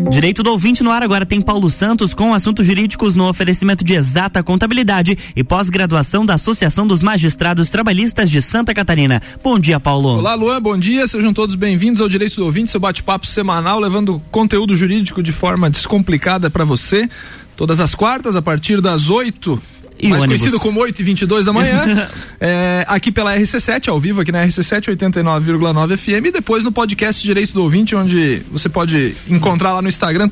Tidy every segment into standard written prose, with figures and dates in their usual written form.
Direito do Ouvinte no ar agora tem Paulo Santos com assuntos jurídicos no oferecimento de Exata Contabilidade e pós-graduação da Associação dos Magistrados Trabalhistas de Santa Catarina. Bom dia, Paulo. Olá, Luan, bom dia, sejam todos bem-vindos ao Direito do Ouvinte, seu bate-papo semanal, levando conteúdo jurídico de forma descomplicada para você, todas as quartas, a partir das 8h. Mais conhecido como 8h22 da manhã, aqui pela RC7, ao vivo, aqui na RC7 89,9 FM, e depois no podcast Direito do Ouvinte, onde você pode encontrar lá no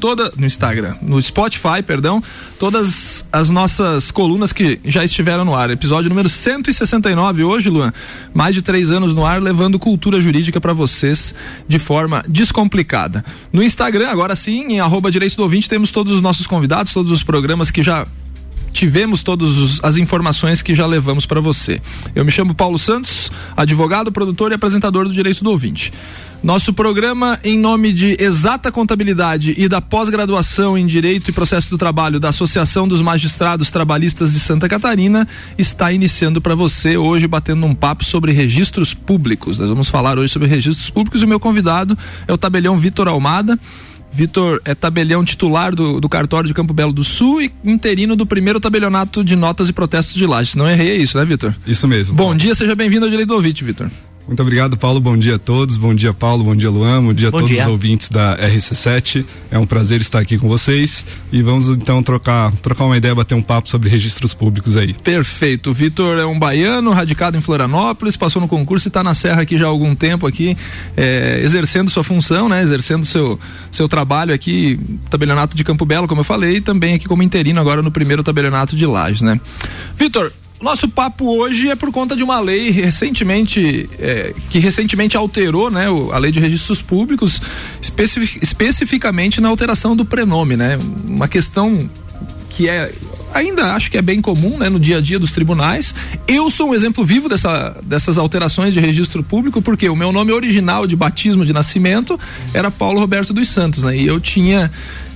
Spotify, todas as nossas colunas que já estiveram no ar. Episódio número 169 hoje, Luan, mais de 3 anos no ar, levando cultura jurídica para vocês de forma descomplicada. No Instagram, agora sim, em @Direito do Ouvinte, temos todos os nossos convidados, todos os programas que já tivemos, todas as informações que já levamos para você. Eu me chamo Paulo Santos, advogado, produtor e apresentador do Direito do Ouvinte. Nosso programa, em nome de Exata Contabilidade e da pós-graduação em Direito e Processo do Trabalho da Associação dos Magistrados Trabalhistas de Santa Catarina, está iniciando para você hoje, batendo um papo sobre registros públicos. Nós vamos falar hoje sobre registros públicos e o meu convidado é o tabelião Vitor Almada. Vitor é tabelião titular do cartório de Campo Belo do Sul e interino do primeiro tabelionato de notas e protestos de Lages. Não errei, é isso, né, Vitor? Isso mesmo. Bom dia, seja bem-vindo ao Direito do Ouvinte, Vitor. Muito obrigado, Paulo. Bom dia a todos. Bom dia, Paulo. Bom dia, Luan. Bom dia a todos os ouvintes da RC7. É um prazer estar aqui com vocês e vamos então trocar uma ideia, bater um papo sobre registros públicos aí. Perfeito. O Vitor é um baiano, radicado em Florianópolis, passou no concurso e está na Serra aqui já há algum tempo aqui, exercendo sua função, né? Exercendo seu trabalho aqui, tabelionato de Campo Belo, como eu falei, e também aqui como interino agora no primeiro tabelionato de Lages, né? Vitor, nosso papo hoje é por conta de uma lei que recentemente alterou, né, a lei de registros públicos, especificamente na alteração do prenome, né? Uma questão que ainda acho que é bem comum, né, no dia a dia dos tribunais. Eu sou um exemplo vivo dessas alterações de registro público, porque o meu nome original de batismo, de nascimento, era Paulo Roberto dos Santos, né? E eu tinha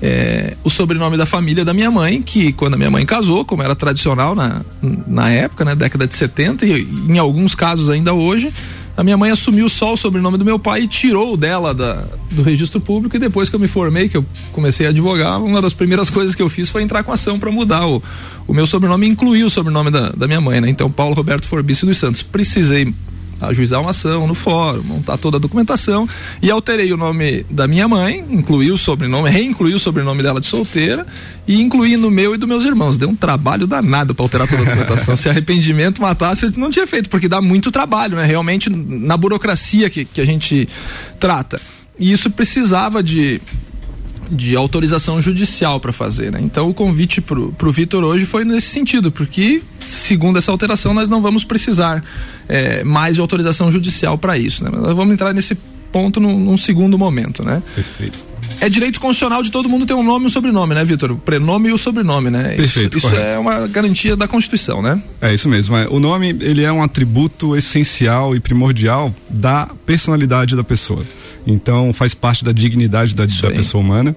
o sobrenome da família da minha mãe, que quando a minha mãe casou, como era tradicional na época, né, década de 70, e em alguns casos ainda hoje, a minha mãe assumiu só o sobrenome do meu pai e tirou dela do registro público. E depois que eu me formei, que eu comecei a advogar, uma das primeiras coisas que eu fiz foi entrar com ação para mudar o meu sobrenome e incluir o sobrenome da minha mãe, né? Então, Paulo Roberto Forbício dos Santos. Precisei ajuizar uma ação no fórum, montar toda a documentação e alterei o nome da minha mãe, incluí o sobrenome, reincluí o sobrenome dela de solteira e incluí no meu e dos meus irmãos. Deu um trabalho danado para alterar toda a documentação. Se arrependimento matasse, eu não tinha feito, porque dá muito trabalho, né? Realmente, na burocracia que a gente trata. E isso precisava de autorização judicial para fazer, né? Então o convite pro Vitor hoje foi nesse sentido, porque segundo essa alteração nós não vamos precisar mais de autorização judicial para isso, né? Nós vamos entrar nesse ponto num segundo momento, né? Perfeito. É direito constitucional de todo mundo ter um nome e um sobrenome, né, Vitor? O prenome e o sobrenome, né? Perfeito, isso é uma garantia da Constituição, né? É isso mesmo. O nome, ele é um atributo essencial e primordial da personalidade da pessoa. Então faz parte da dignidade da pessoa humana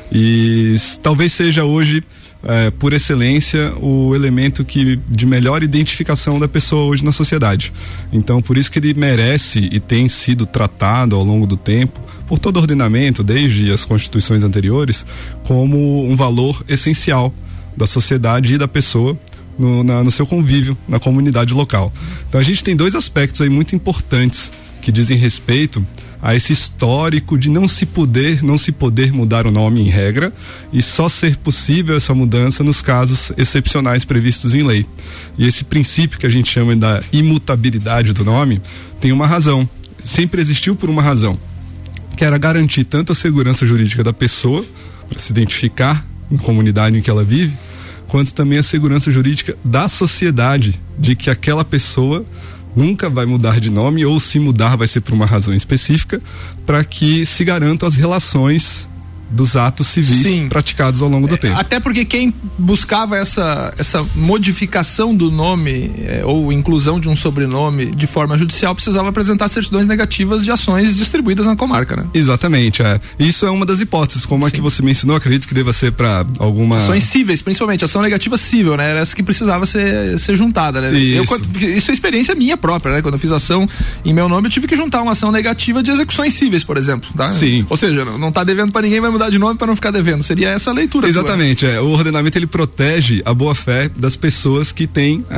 e talvez seja hoje, por excelência, o elemento de melhor identificação da pessoa hoje na sociedade. Então por isso que ele merece e tem sido tratado ao longo do tempo, por todo o ordenamento, desde as constituições anteriores, como um valor essencial da sociedade e da pessoa no seu convívio, na comunidade local. Então a gente tem 2 aspectos aí muito importantes que dizem respeito a esse histórico de não se poder mudar o nome em regra e só ser possível essa mudança nos casos excepcionais previstos em lei. E esse princípio que a gente chama da imutabilidade do nome tem uma razão, sempre existiu por uma razão, que era garantir tanto a segurança jurídica da pessoa, para se identificar na comunidade em que ela vive, quanto também a segurança jurídica da sociedade, de que aquela pessoa nunca vai mudar de nome, ou se mudar vai ser por uma razão específica, para que se garantam as relações dos atos civis praticados ao longo do tempo. Até porque quem buscava essa modificação do nome ou inclusão de um sobrenome de forma judicial precisava apresentar certidões negativas de ações distribuídas na comarca, né? Exatamente, Isso é uma das hipóteses, como a que você mencionou, acredito que deva ser para alguma... Ações cíveis, principalmente, ação negativa cível, né? Era essa que precisava ser juntada, né? Isso é experiência minha própria, né? Quando eu fiz ação em meu nome, eu tive que juntar uma ação negativa de execuções cíveis, por exemplo, tá? Sim. Ou seja, não tá devendo para ninguém, vai mudar de nome para não ficar devendo. Seria essa a leitura. Exatamente. O ordenamento ele protege a boa-fé das pessoas que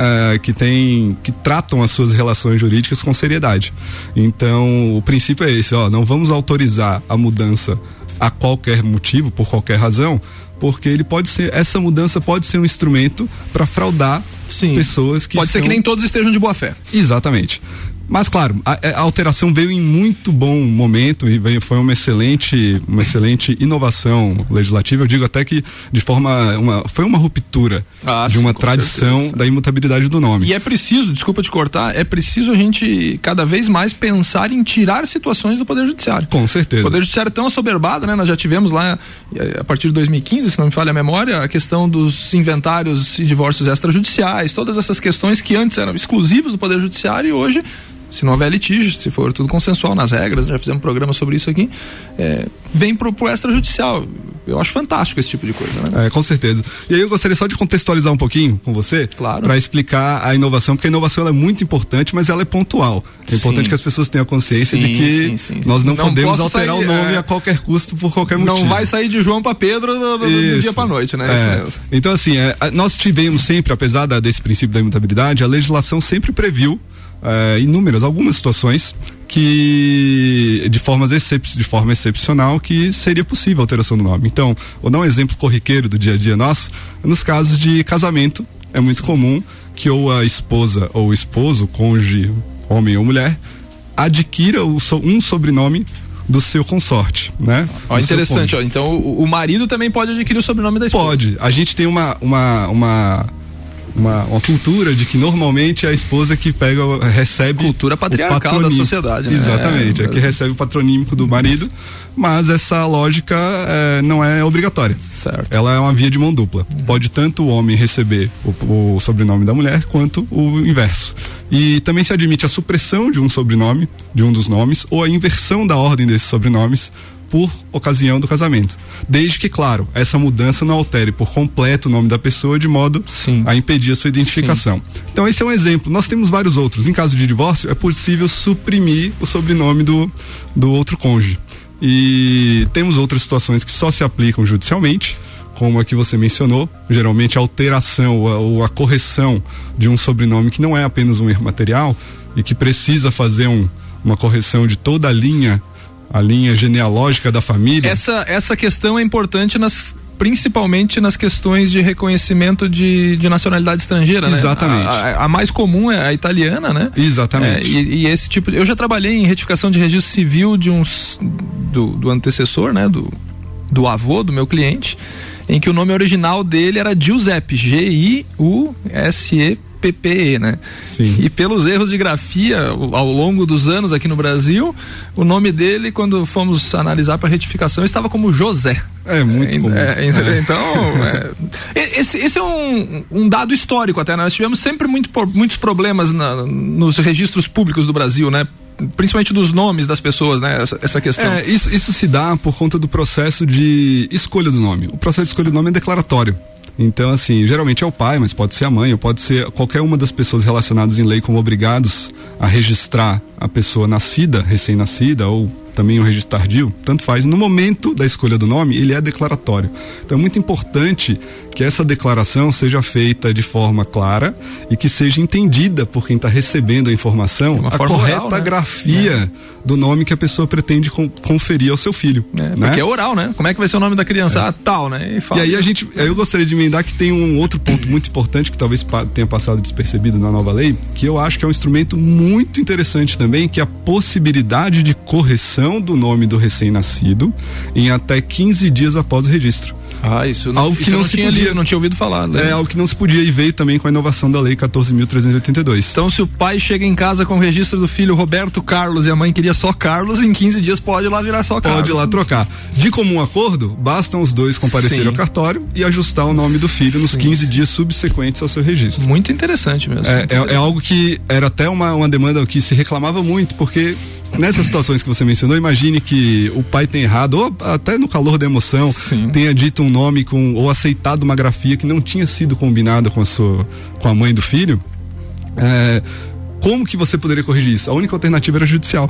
tratam as suas relações jurídicas com seriedade. Então, o princípio é esse, não vamos autorizar a mudança a qualquer motivo, por qualquer razão, porque essa mudança pode ser um instrumento para fraudar pessoas que pode ser que nem todos estejam de boa fé. Exatamente. Mas claro, a alteração veio em muito bom momento e foi uma excelente inovação legislativa. Eu digo até que foi uma ruptura de uma tradição da imutabilidade do nome. E é preciso, desculpa te cortar, a gente cada vez mais pensar em tirar situações do Poder Judiciário. Com certeza. O Poder Judiciário é tão assoberbado, né? Nós já tivemos lá, a partir de 2015, se não me falha a memória, a questão dos inventários e divórcios extrajudiciais, todas essas questões que antes eram exclusivas do Poder Judiciário e hoje, se não houver litígio, se for tudo consensual nas regras, já fizemos um programa sobre isso aqui, vem pro extrajudicial. Eu acho fantástico esse tipo de coisa, né? Com certeza. E aí eu gostaria só de contextualizar um pouquinho com você, claro, para explicar a inovação, porque a inovação ela é muito importante, mas ela é pontual. É importante que as pessoas tenham consciência de que nós não podemos alterar o nome a qualquer custo, por qualquer motivo. Não vai sair de João para Pedro do dia para noite, né? Então assim, nós tivemos sempre, apesar desse princípio da imutabilidade, a legislação sempre previu algumas situações que de forma excepcional que seria possível a alteração do nome. Então, vou dar um exemplo corriqueiro do dia a dia nosso. Nos casos de casamento, é muito comum que ou a esposa ou o esposo, cônjuge, homem ou mulher, adquira um sobrenome do seu consorte, né? Interessante, então o marido também pode adquirir o sobrenome da esposa. Pode. A gente tem uma cultura de que normalmente é a esposa que recebe cultura patriarcal da sociedade, né? Exatamente, que recebe o patronímico do marido, mas essa lógica não é obrigatória. Certo. Ela é uma via de mão dupla. Pode tanto o homem receber o sobrenome da mulher quanto o inverso. E também se admite a supressão de um sobrenome, de um dos nomes, ou a inversão da ordem desses sobrenomes por ocasião do casamento. Desde que, claro, essa mudança não altere por completo o nome da pessoa de modo a impedir a sua identificação. Então esse é um exemplo. Nós temos vários outros. Em caso de divórcio, é possível suprimir o sobrenome do outro cônjuge. E temos outras situações que só se aplicam judicialmente, como a que você mencionou, geralmente a alteração ou a correção de um sobrenome que não é apenas um erro material e que precisa fazer uma correção de toda a linha genealógica da família. Essa questão é importante principalmente nas questões de reconhecimento de nacionalidade estrangeira, né? Exatamente. A mais comum é a italiana, né? Exatamente. E esse tipo eu já trabalhei em retificação de registro civil do antecessor, né? Do avô do meu cliente, em que o nome original dele era Giuseppe, Giuseppe, né? Sim. E pelos erros de grafia ao longo dos anos aqui no Brasil, o nome dele, quando fomos analisar para retificação, estava como José. É muito comum. Esse é um dado histórico até, né? Nós tivemos sempre muitos problemas nos registros públicos do Brasil, né? Principalmente dos nomes das pessoas, né? Essa questão. Isso se dá por conta do processo de escolha do nome. O processo de escolha do nome é declaratório. Então, assim, geralmente é o pai, mas pode ser a mãe, ou pode ser qualquer uma das pessoas relacionadas em lei como obrigados a registrar a pessoa nascida, recém-nascida, ou também um registro tardio, tanto faz. No momento da escolha do nome, ele é declaratório. Então é muito importante que essa declaração seja feita de forma clara e que seja entendida por quem está recebendo a informação, a correta oral, né? Grafia do nome que a pessoa pretende conferir ao seu filho. Né? Porque é oral, né? Como é que vai ser o nome da criança? Tal, né? E aí eu gostaria de emendar que tem um outro ponto muito importante que talvez tenha passado despercebido na nova lei, que eu acho que é um instrumento muito interessante também, que é a possibilidade de correção do nome do recém-nascido em até 15 dias após o registro. Isso não tinha ouvido falar, né? É algo que não se podia e veio também com a inovação da lei 14.382. Então, se o pai chega em casa com o registro do filho Roberto Carlos e a mãe queria só Carlos, em 15 dias pode ir lá virar só Carlos. Pode ir lá trocar. De comum acordo, bastam os dois comparecerem ao cartório e ajustar o nome do filho nos 15 dias subsequentes ao seu registro. Muito interessante mesmo. É algo que era até uma demanda que se reclamava muito, porque nessas situações que você mencionou, imagine que o pai tenha errado, ou até no calor da emoção, tenha dito um nome ou aceitado uma grafia que não tinha sido combinada com a mãe do filho. Como que você poderia corrigir isso? A única alternativa era judicial.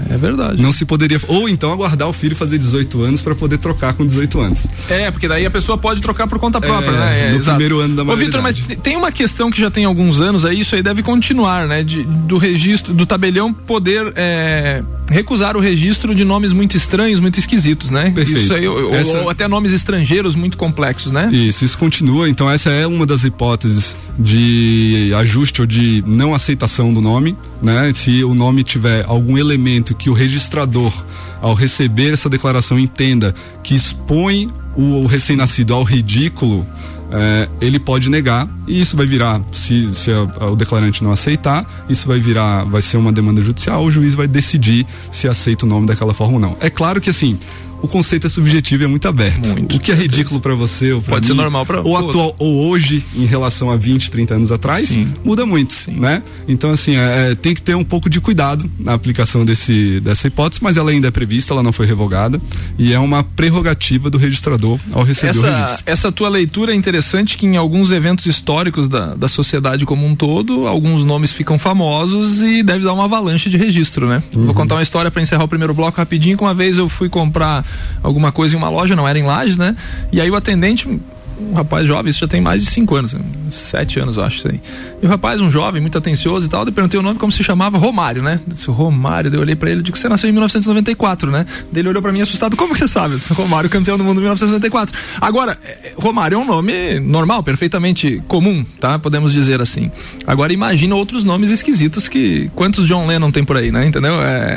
É verdade. Não se poderia, ou então aguardar o filho fazer 18 anos para poder trocar com 18 anos. Porque daí a pessoa pode trocar por conta própria, né? No primeiro ano da maioridade. Ô, Vitor, mas tem uma questão que já tem alguns anos aí, isso aí deve continuar, né? Do registro, do tabelião poder recusar o registro de nomes muito estranhos, muito esquisitos, né? Perfeito. Isso aí, ou até nomes estrangeiros muito complexos, né? Isso continua, então essa é uma das hipóteses de ajuste ou de não aceitação do nome, né? Se o nome tiver algum elemento que o registrador, ao receber essa declaração, entenda que expõe o recém-nascido ao ridículo, ele pode negar, e isso vai virar, se o declarante não aceitar, isso vai ser uma demanda judicial, o juiz vai decidir se aceita o nome daquela forma ou não. É claro que assim, o conceito é subjetivo e é muito aberto. Muito, o que é ridículo para você ou pra pode mim, ser normal para ou atual ou hoje em relação a 20, 30 anos atrás, sim, muda muito, sim, né? Então assim, tem que ter um pouco de cuidado na aplicação dessa hipótese, mas ela ainda é prevista, ela não foi revogada e é uma prerrogativa do registrador ao receber o registro. Essa tua leitura é interessante, que em alguns eventos históricos da sociedade como um todo, alguns nomes ficam famosos e deve dar uma avalanche de registro, né? Vou contar uma história para encerrar o primeiro bloco rapidinho, que uma vez eu fui comprar alguma coisa em uma loja, não era em Lages, né? E aí o atendente, um rapaz jovem, isso já tem mais de 5 anos, 7 anos eu acho isso aí. E o rapaz, um jovem, muito atencioso e tal, eu perguntei o nome, como se chamava, Romário, né? Eu disse, Romário, daí eu olhei pra ele e digo, você nasceu em 1994, né? Daí ele olhou pra mim assustado, como que você sabe? Eu disse, Romário, campeão do mundo em 1994. Agora, Romário é um nome normal, perfeitamente comum, tá? Podemos dizer assim. Agora imagina outros nomes esquisitos quantos John Lennon tem por aí, né? Entendeu?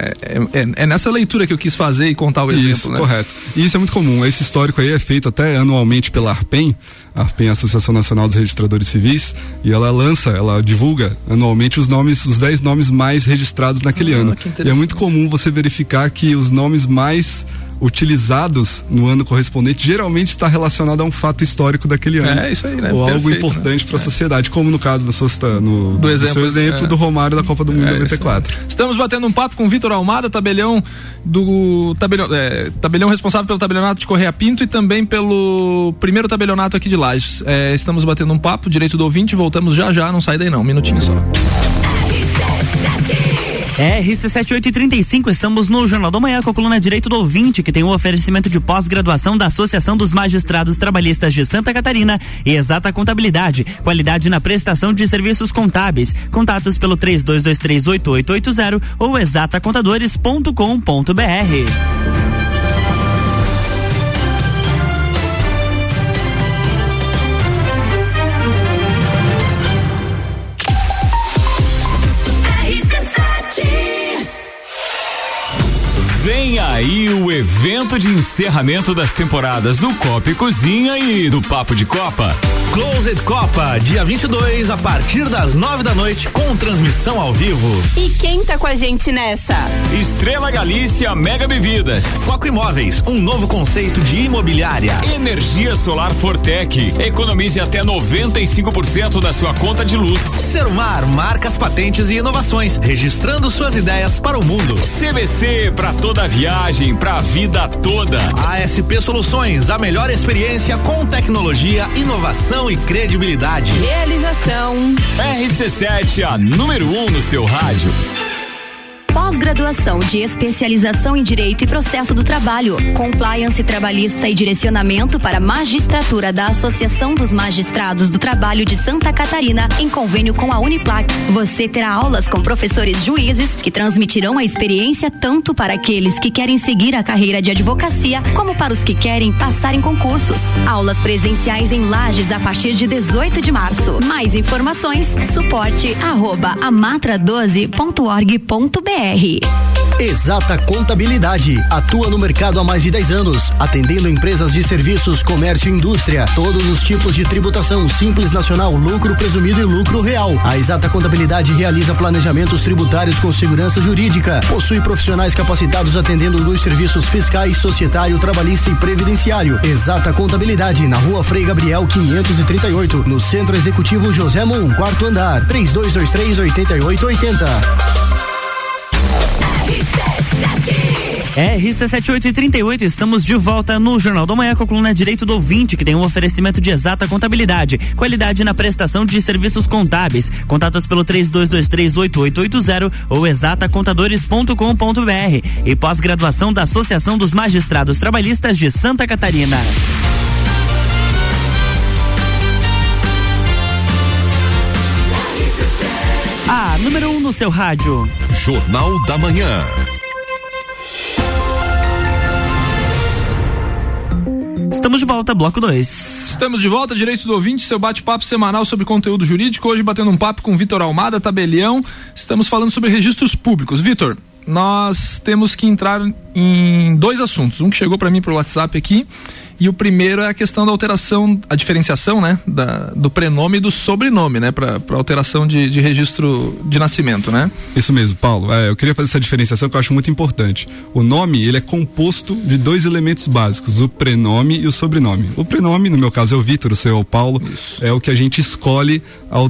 É nessa leitura que eu quis fazer e contar o exemplo, isso, né? Correto. E isso é muito comum, esse histórico aí é feito até anualmente pela ARPEN, a Associação Nacional dos Registradores Civis, e ela divulga anualmente os 10 nomes mais registrados naquele ano. E é muito comum você verificar que os nomes mais utilizados no ano correspondente geralmente está relacionado a um fato histórico daquele ano. Isso aí, né? Ou Perfeito, algo importante, né, para a sociedade, como no caso do seu exemplo do Romário da Copa do Mundo 94. Estamos batendo um papo com o Vitor Almada, tabelião responsável pelo tabelionato de Correia Pinto e também pelo primeiro tabelionato aqui de Lages. Estamos batendo um papo, direito do ouvinte, voltamos já, não sai daí não, um minutinho só. RC7835, estamos no Jornal da Manhã com a coluna Direito do Ouvinte, que tem o oferecimento de pós-graduação da Associação dos Magistrados Trabalhistas de Santa Catarina e Exata Contabilidade, qualidade na prestação de serviços contábeis. Contatos pelo 32238880 ou exatacontadores.com.br. Vem aí o evento de encerramento das temporadas do Copa e Cozinha e do Papo de Copa. Closed Copa, dia 22, a partir das 9 da noite, com transmissão ao vivo. E quem tá com a gente nessa? Estrela Galícia Mega Bebidas. Foco Imóveis, um novo conceito de imobiliária. Energia Solar Fortec, economize até 95% da sua conta de luz. Serumar, marcas, patentes e inovações, registrando suas ideias para o mundo. CVC, para toda a viagem, para a vida toda. ASP Soluções, a melhor experiência com tecnologia, inovação e credibilidade. Realização RC7, a número 1 no seu rádio. Pós-graduação de especialização em Direito e Processo do Trabalho, Compliance Trabalhista e Direcionamento para Magistratura da Associação dos Magistrados do Trabalho de Santa Catarina, em convênio com a Uniplac. Você terá aulas com professores juízes que transmitirão a experiência tanto para aqueles que querem seguir a carreira de advocacia, como para os que querem passar em concursos. Aulas presenciais em Lages a partir de 18 de março. Mais informações, suporte@matra12.org.br. Exata Contabilidade, atua no mercado há mais de 10 anos, atendendo empresas de serviços, comércio e indústria, todos os tipos de tributação, simples, nacional, lucro presumido e lucro real. A Exata Contabilidade realiza planejamentos tributários com segurança jurídica, possui profissionais capacitados atendendo nos serviços fiscais, societário, trabalhista e previdenciário. Exata Contabilidade, na Rua Frei Gabriel 538, no Centro Executivo José Mon, 4º andar, 3223-8880. RC7838, estamos de volta no Jornal da Manhã com a coluna Direito do Ouvinte, que tem um oferecimento de Exata Contabilidade, qualidade na prestação de serviços contábeis. Contatos pelo 32238880 ou exatacontadores.com.br e pós-graduação da Associação dos Magistrados Trabalhistas de Santa Catarina. A número 1 no seu rádio. Jornal da Manhã. Estamos de volta, bloco 2. Estamos de volta, Direito do Ouvinte, seu bate-papo semanal sobre conteúdo jurídico. Hoje batendo um papo com Vitor Almada, tabelião. Estamos falando sobre registros públicos. Vitor, nós temos que entrar em dois assuntos. Um que chegou para mim pelo WhatsApp aqui, e o primeiro é a questão da alteração, a diferenciação, né, do prenome e do sobrenome, né, para alteração de registro de nascimento, né? Isso mesmo, Paulo. Eu queria fazer essa diferenciação que eu acho muito importante. O nome, ele é composto de dois elementos básicos, o prenome e o sobrenome. O prenome, no meu caso, é o Vitor, o seu é o Paulo. Isso. É o que a gente escolhe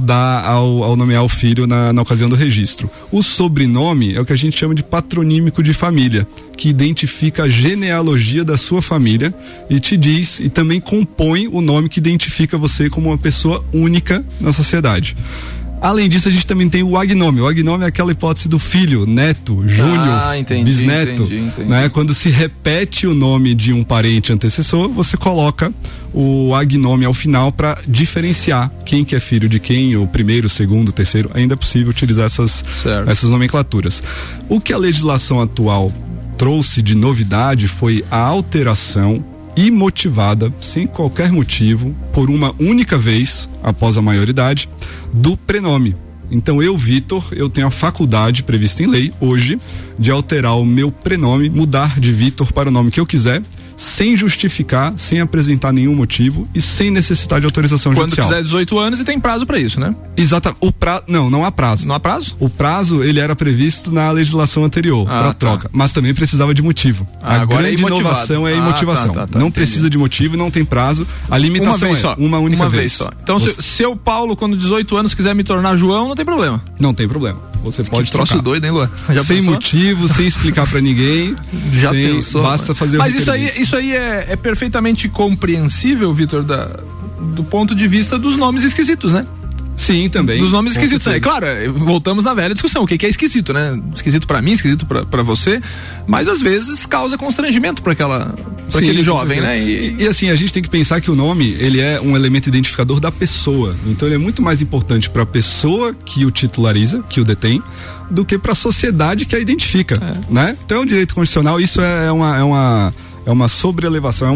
ao nomear o filho na ocasião do registro. O sobrenome é o que a gente chama de patronímico de família, que identifica a genealogia da sua família e te diz e também compõe o nome que identifica você como uma pessoa única na sociedade. Além disso, a gente também tem o agnome. O agnome é aquela hipótese do filho, neto, júnior, bisneto. Entendi. Né? Quando se repete o nome de um parente antecessor, você coloca o agnome ao final para diferenciar quem que é filho de quem, o primeiro, o segundo, o terceiro. Ainda é possível utilizar essas nomenclaturas. O que a legislação atual trouxe de novidade foi a alteração imotivada, sem qualquer motivo, por uma única vez, após a maioridade, do prenome. Então eu, Vitor, eu tenho a faculdade prevista em lei, hoje, de alterar o meu prenome, mudar de Vitor para o nome que eu quiser, sem justificar, sem apresentar nenhum motivo e sem necessidade de autorização judicial. Quando fizer 18 anos e tem prazo para isso, né? Exato. Não há prazo. Não há prazo? O prazo, ele era previsto na legislação anterior, para troca, mas também precisava de motivo. A grande inovação é a imotivação. Não precisa de motivo, não tem prazo. A limitação uma única vez só. Então, se eu, Paulo, quando 18 anos quiser me tornar João, não tem problema. Não tem problema. Você pode trocar. Troço doido, hein, Luan? Sem motivo, sem explicar para ninguém. Já pensou? Basta fazer Mas isso aí é perfeitamente compreensível, Vitor, do ponto de vista dos nomes esquisitos, né? Sim, também. Dos nomes esquisitos, né? Claro, voltamos na velha discussão, o que é esquisito, né? Esquisito pra mim, esquisito pra você, mas às vezes causa constrangimento pra aquele jovem, né? E assim, a gente tem que pensar que o nome, ele é um elemento identificador da pessoa, então ele é muito mais importante pra pessoa que o titulariza, que o detém, do que pra sociedade que a identifica, né? Então é um direito constitucional, isso é uma sobrelevação,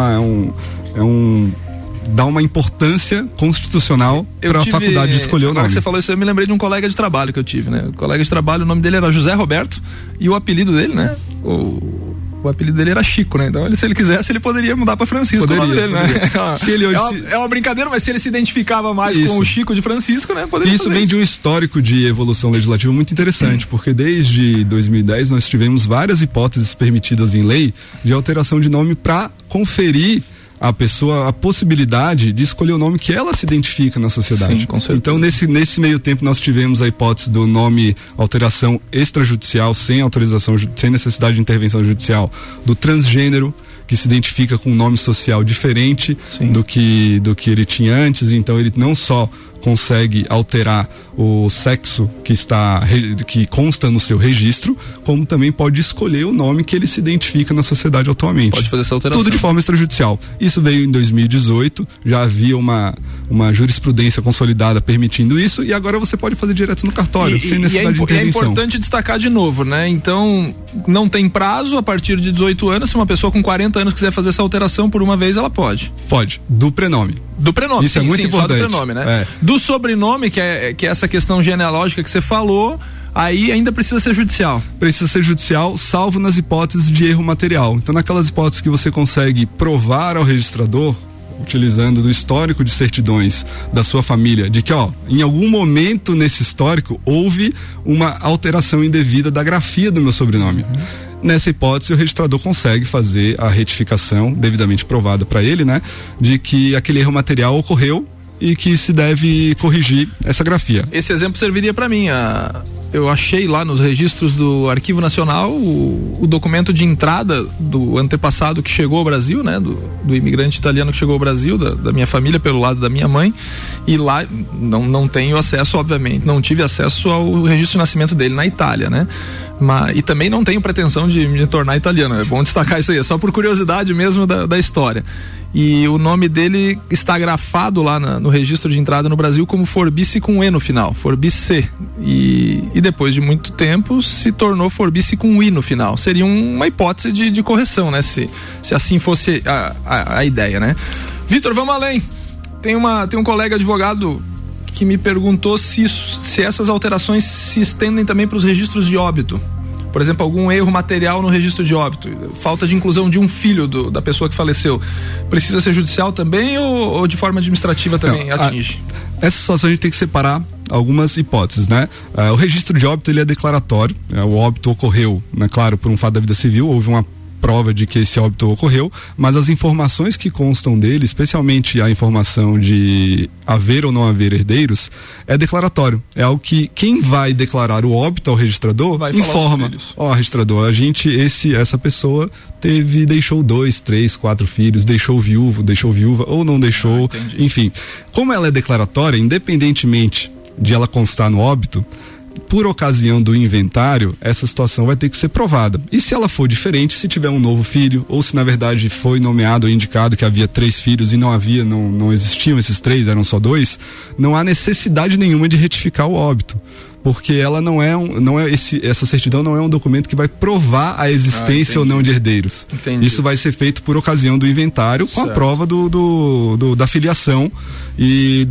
dá uma importância constitucional para a faculdade de escolher o nome. Você falou isso, eu me lembrei de um colega de trabalho que eu tive, né? O colega de trabalho, o nome dele era José Roberto e o apelido dele, né? O apelido dele era Chico, né? Então, se ele quisesse, ele poderia mudar para Francisco o nome dele, né? Se ele é uma brincadeira, mas se ele se identificava mais com o Chico de Francisco, né? Poderia isso vem de um histórico de evolução legislativa muito interessante, porque desde 2010 nós tivemos várias hipóteses permitidas em lei de alteração de nome para conferir a pessoa a possibilidade de escolher o nome que ela se identifica na sociedade. Sim, com certeza. Então, nesse meio tempo, nós tivemos a hipótese do nome alteração extrajudicial, sem autorização, sem necessidade de intervenção judicial, do transgênero, que se identifica com um nome social diferente do que ele tinha antes, então ele não só consegue alterar o sexo que consta no seu registro, como também pode escolher o nome que ele se identifica na sociedade atualmente. Pode fazer essa alteração. Tudo de forma extrajudicial. Isso veio em 2018, já havia uma jurisprudência consolidada permitindo isso, e agora você pode fazer direto no cartório, sem necessidade de intervenção. É importante destacar de novo, né? Então, não tem prazo a partir de 18 anos, se uma pessoa com 40 anos quiser fazer essa alteração por uma vez, ela pode. Pode, do prenome. Do prenome, isso é muito importante. Só do prenome, né? Do sobrenome, que é essa questão genealógica que você falou, aí ainda precisa ser judicial. Precisa ser judicial, salvo nas hipóteses de erro material. Então, naquelas hipóteses que você consegue provar ao registrador, utilizando do histórico de certidões da sua família, de que, em algum momento nesse histórico houve uma alteração indevida da grafia do meu sobrenome. Nessa hipótese, o registrador consegue fazer a retificação devidamente provada para ele, né, de que aquele erro material ocorreu e que se deve corrigir essa grafia. Esse exemplo serviria para mim. eu achei lá nos registros do Arquivo Nacional o documento de entrada do antepassado que chegou ao Brasil, né? Do imigrante italiano que chegou ao Brasil, da minha família, pelo lado da minha mãe, e lá não tenho acesso, obviamente, não tive acesso ao registro de nascimento dele na Itália, né? E também não tenho pretensão de me tornar italiano, é bom destacar isso aí, é só por curiosidade mesmo da história. E o nome dele está grafado lá no registro de entrada no Brasil como Forbice com E no final, Forbice. E depois de muito tempo se tornou Forbice com I no final. Seria uma hipótese de correção, né? Se assim fosse a ideia, né? Vitor, vamos além. Tem um colega advogado que me perguntou se essas alterações se estendem também para os registros de óbito. Por exemplo, algum erro material no registro de óbito, falta de inclusão de um filho da pessoa que faleceu, precisa ser judicial também ou de forma administrativa também atinge? Essa situação a gente tem que separar algumas hipóteses, né? O registro de óbito, ele é declaratório, o óbito ocorreu, né, claro, por um fato da vida civil, houve uma prova de que esse óbito ocorreu, mas as informações que constam dele, especialmente a informação de haver ou não haver herdeiros, é declaratório. É algo que quem vai declarar o óbito ao registrador informa. Registrador, essa pessoa deixou 2, 3, 4 filhos, deixou viúva ou não deixou, enfim. Como ela é declaratória, independentemente de ela constar no óbito, por ocasião do inventário, essa situação vai ter que ser provada. E se ela for diferente, se tiver um novo filho, ou se na verdade foi nomeado ou indicado que havia 3 filhos e não existiam esses 3, eram só 2, não há necessidade nenhuma de retificar o óbito. Porque ela essa certidão não é um documento que vai provar a existência ou não de herdeiros. Entendi. Isso vai ser feito por ocasião do inventário, com a prova da filiação e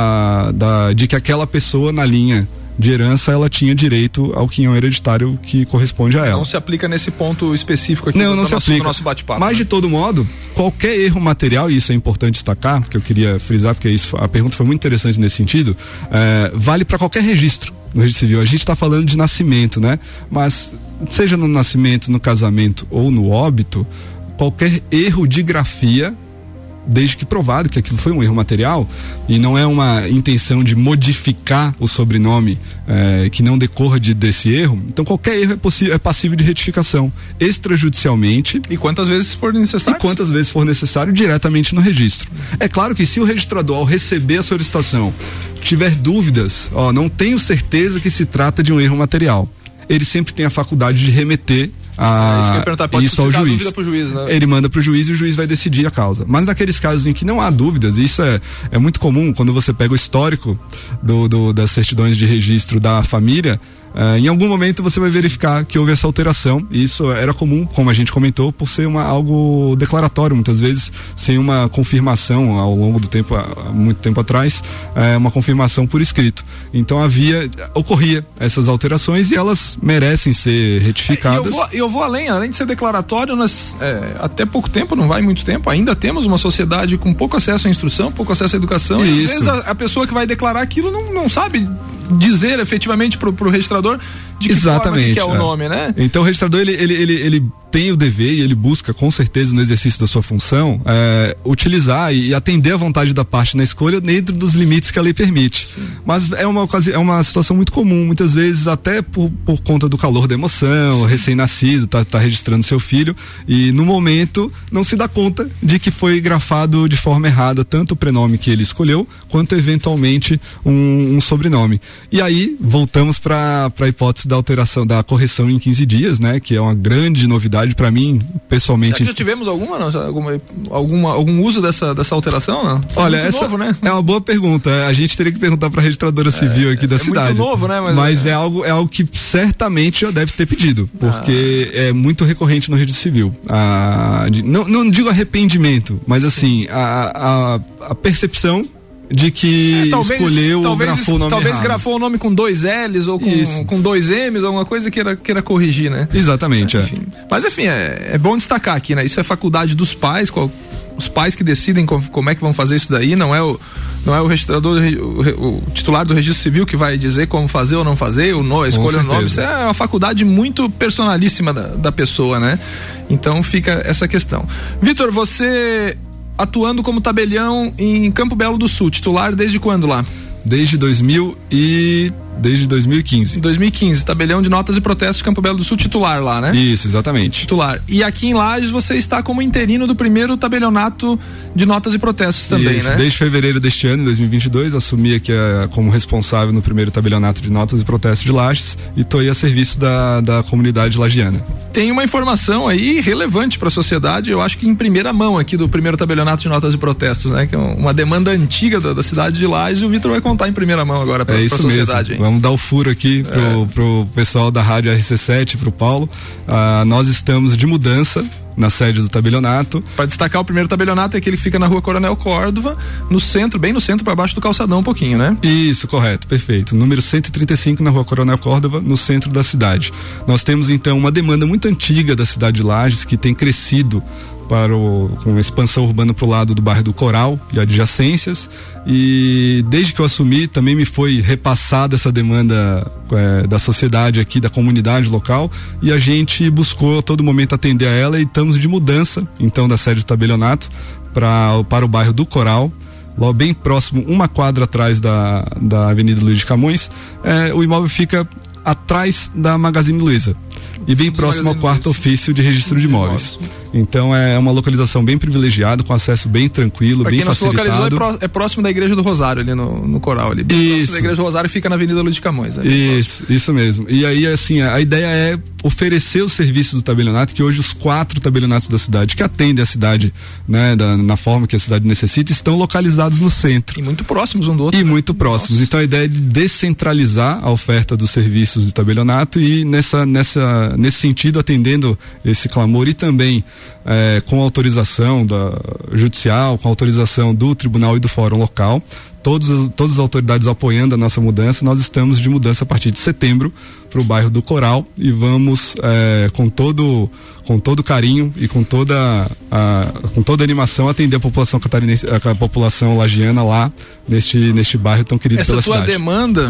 de que aquela pessoa na linha de herança, ela tinha direito ao quinhão hereditário que corresponde a ela. Não se aplica nesse ponto específico aqui do nosso bate-papo. Mas, de todo modo, qualquer erro material, e isso é importante destacar, porque eu queria frisar, porque a pergunta foi muito interessante nesse sentido, vale para qualquer registro no registro civil. A gente está falando de nascimento, né? Mas, seja no nascimento, no casamento ou no óbito, qualquer erro de grafia, desde que provado que aquilo foi um erro material e não é uma intenção de modificar o sobrenome que não decorra desse erro, então qualquer erro é passível de retificação extrajudicialmente. E quantas vezes for necessário? E quantas vezes for necessário diretamente no registro. É claro que se o registrador, ao receber a solicitação, tiver dúvidas, não tenho certeza que se trata de um erro material, ele sempre tem a faculdade de remeter isso que eu ia perguntar, pode isso ao juiz. Dúvida pro juiz, né? Ele manda pro juiz e o juiz vai decidir a causa. Mas naqueles casos em que não há dúvidas, isso é muito comum quando você pega o histórico das certidões de registro da família, em algum momento você vai verificar que houve essa alteração, e isso era comum, como a gente comentou, por ser algo declaratório, muitas vezes sem uma confirmação ao longo do tempo, há muito tempo atrás, uma confirmação por escrito. Então ocorria essas alterações e elas merecem ser retificadas. Eu vou além de ser declaratório, nós até pouco tempo, não vai muito tempo, ainda temos uma sociedade com pouco acesso à instrução, pouco acesso à educação, e às vezes a pessoa que vai declarar aquilo não sabe dizer efetivamente pro registrador de que forma que é o nome, né? Então o registrador ele tem o dever e ele busca com certeza no exercício da sua função utilizar e atender à vontade da parte na escolha dentro dos limites que a lei permite. Sim. Mas é uma situação muito comum, muitas vezes até por conta do calor da emoção, recém-nascido, tá registrando seu filho e no momento não se dá conta de que foi grafado de forma errada tanto o prenome que ele escolheu quanto eventualmente um sobrenome. E aí voltamos para a hipótese da alteração, da correção em 15 dias, né? Que é uma grande novidade para mim, pessoalmente. Será que já tivemos algum uso dessa alteração? Não? Olha, novo, né? É uma boa pergunta. A gente teria que perguntar para a registradora civil aqui da cidade. É muito novo, né? Mas é algo que certamente já deve ter pedido, porque é muito recorrente no registro civil. Não digo arrependimento, mas assim, a percepção de que escolheu ou grafou o nome talvez errado. Grafou o nome com 2 L's ou com 2 M's, alguma coisa queira corrigir, né? Exatamente, enfim. Mas enfim, é bom destacar aqui, né? Isso é faculdade dos pais, os pais que decidem como é que vão fazer isso daí, não é o registrador, o titular do registro civil que vai dizer como fazer ou não fazer, escolha o nome, isso é uma faculdade muito personalíssima da pessoa, né? Então fica essa questão. Vitor, você atuando como tabelião em Campo Belo do Sul, titular desde quando lá? Desde 2013. desde 2015. Em 2015, tabelião de notas e protestos de Campo Belo do Sul, titular lá, né? Isso, exatamente. Titular. E aqui em Lages você está como interino do primeiro tabelionato de notas e protestos também, isso, né? Desde fevereiro deste ano, 2022, assumi aqui como responsável no primeiro tabelionato de notas e protestos de Lages e estou aí a serviço da comunidade lagiana. Tem uma informação aí relevante para a sociedade, eu acho que em primeira mão aqui do primeiro tabelionato de notas e protestos, né? Que é uma demanda antiga da cidade de Lages, e o Vitor vai contar em primeira mão agora para a sociedade. Mesmo. Vamos dar o furo aqui pro pessoal da Rádio RC7, pro Paulo. Nós estamos de mudança na sede do tabelionato. Para destacar, o primeiro tabelionato é aquele que fica na Rua Coronel Córdova, no centro, bem no centro, para baixo do calçadão um pouquinho, né? Isso, correto, perfeito. Número 135 na Rua Coronel Córdova, no centro da cidade. Nós temos então uma demanda muito antiga da cidade de Lages, que tem crescido com a expansão urbana para o lado do bairro do Coral e adjacências, e desde que eu assumi também me foi repassada essa demanda da sociedade aqui, da comunidade local, e a gente buscou a todo momento atender a ela, e estamos de mudança então da sede do tabelionato para o bairro do Coral, lá bem próximo, uma quadra atrás da Avenida Luiz de Camões. O imóvel fica atrás da Magazine Luiza e bem próximo ao quarto ofício de registro de imóveis. Então é uma localização bem privilegiada, com acesso bem tranquilo, bem facilitado. Localizou é próximo da Igreja do Rosário, ali no Coral, ali. Próximo da Igreja do Rosário, fica na Avenida Luiz de Camões. Isso mesmo. E aí, assim, a ideia é oferecer os serviços do tabelionato, que hoje os 4 tabelionatos da cidade, que atendem a cidade, né, na forma que a cidade necessita, estão localizados no centro. E muito próximos um do outro. E muito próximos. Então a ideia é de descentralizar a oferta dos serviços do tabelionato e nesse sentido, atendendo esse clamor, e também com autorização judicial, com autorização do tribunal e do fórum local, todas as autoridades apoiando a nossa mudança. Nós estamos de mudança a partir de setembro para o bairro do Coral, e vamos com todo carinho e com toda animação atender a população catarinense, a população lagiana lá neste bairro tão querido pela cidade. Essa tua demanda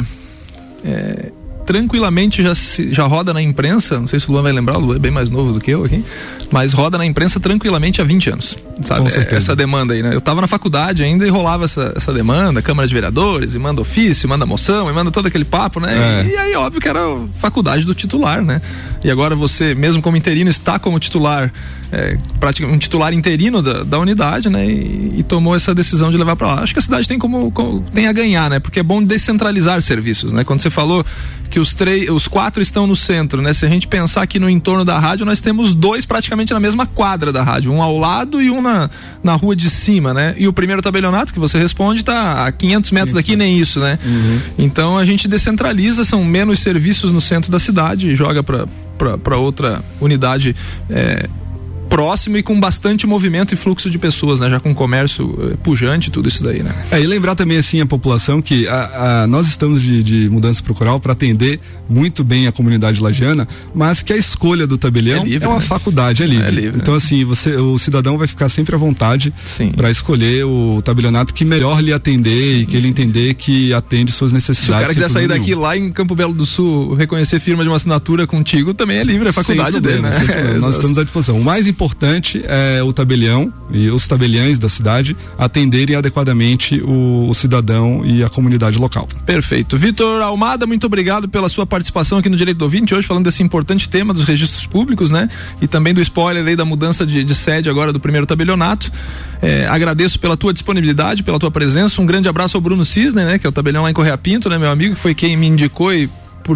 tranquilamente já roda na imprensa, não sei se o Luan vai lembrar, o Luan é bem mais novo do que eu aqui, mas roda na imprensa tranquilamente há 20 anos, sabe? Com certeza. Essa demanda aí, né? Eu tava na faculdade ainda e rolava essa demanda, Câmara de Vereadores, e manda ofício, manda moção, e manda todo aquele papo, né? E aí, óbvio que era a faculdade do titular, né? E agora você, mesmo como interino, está como titular, praticamente um titular interino da unidade, né? E tomou essa decisão de levar para lá. Acho que a cidade tem a ganhar, né? Porque é bom descentralizar serviços, né? Quando você falou que os 4 estão no centro, né? Se a gente pensar aqui no entorno da rádio, nós temos 2 praticamente na mesma quadra da rádio, um ao lado e um na rua de cima, né? E o primeiro tabelionato que você responde tá a 500 metros daqui, nem isso, né? Uhum. Então a gente descentraliza, são menos serviços no centro da cidade e joga para outra unidade próximo e com bastante movimento e fluxo de pessoas, né? Já com comércio pujante, tudo isso daí, né? E lembrar também, assim, a população que nós estamos de mudança pro Coral para atender muito bem a comunidade lagiana, mas que a escolha do tabelião é uma faculdade, é livre. Então, assim, o cidadão vai ficar sempre à vontade para escolher o tabelionato que melhor lhe atender e que ele entender que atende suas necessidades. Se o cara quiser sair daqui lá em Campo Belo do Sul, reconhecer firma de uma assinatura contigo, também é livre, é faculdade dele, né? Nós estamos à disposição. O mais importante é o tabelião e os tabeliães da cidade atenderem adequadamente o cidadão e a comunidade local. Perfeito. Vitor Almada, muito obrigado pela sua participação aqui no Direito do Ouvinte, hoje falando desse importante tema dos registros públicos, né? E também do spoiler aí da mudança de sede agora do primeiro tabelionato. Agradeço pela tua disponibilidade, pela tua presença. Um grande abraço ao Bruno Cisne, né? Que é o tabelião lá em Correia Pinto, né? Meu amigo, que foi quem me indicou e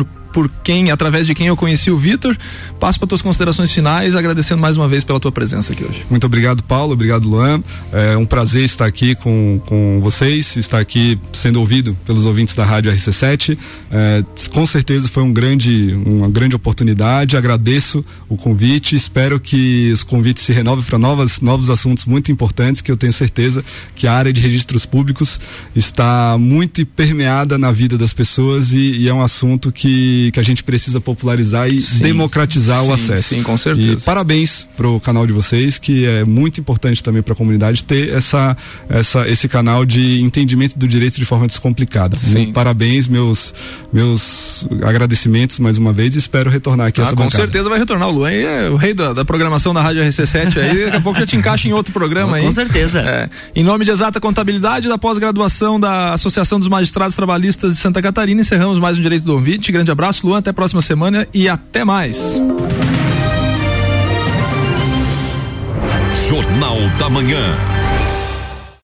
através de quem eu conheci o Vitor. Passo para tuas considerações finais, agradecendo mais uma vez pela tua presença aqui hoje. Muito obrigado, Paulo, obrigado, Luan. É um prazer estar aqui com vocês, estar aqui sendo ouvido pelos ouvintes da Rádio RC7. Com certeza foi uma grande oportunidade. Agradeço o convite, espero que os convites se renovem para novos assuntos muito importantes, que eu tenho certeza que a área de registros públicos está muito permeada na vida das pessoas e é um assunto que que a gente precisa popularizar e democratizar o acesso. Sim, com certeza. E parabéns pro canal de vocês, que é muito importante também para a comunidade ter esse canal de entendimento do direito de forma descomplicada. Parabéns, meus agradecimentos mais uma vez, e espero retornar aqui essa bancada. Com certeza vai retornar. O Luan é o rei da programação da Rádio RC7 aí, daqui a pouco já te encaixa em outro programa aí. Com certeza. Em nome de Exata Contabilidade, da pós-graduação da Associação dos Magistrados Trabalhistas de Santa Catarina, encerramos mais um Direito do Ouvinte. Grande abraço, Luan, até a próxima semana e até mais. Jornal da Manhã.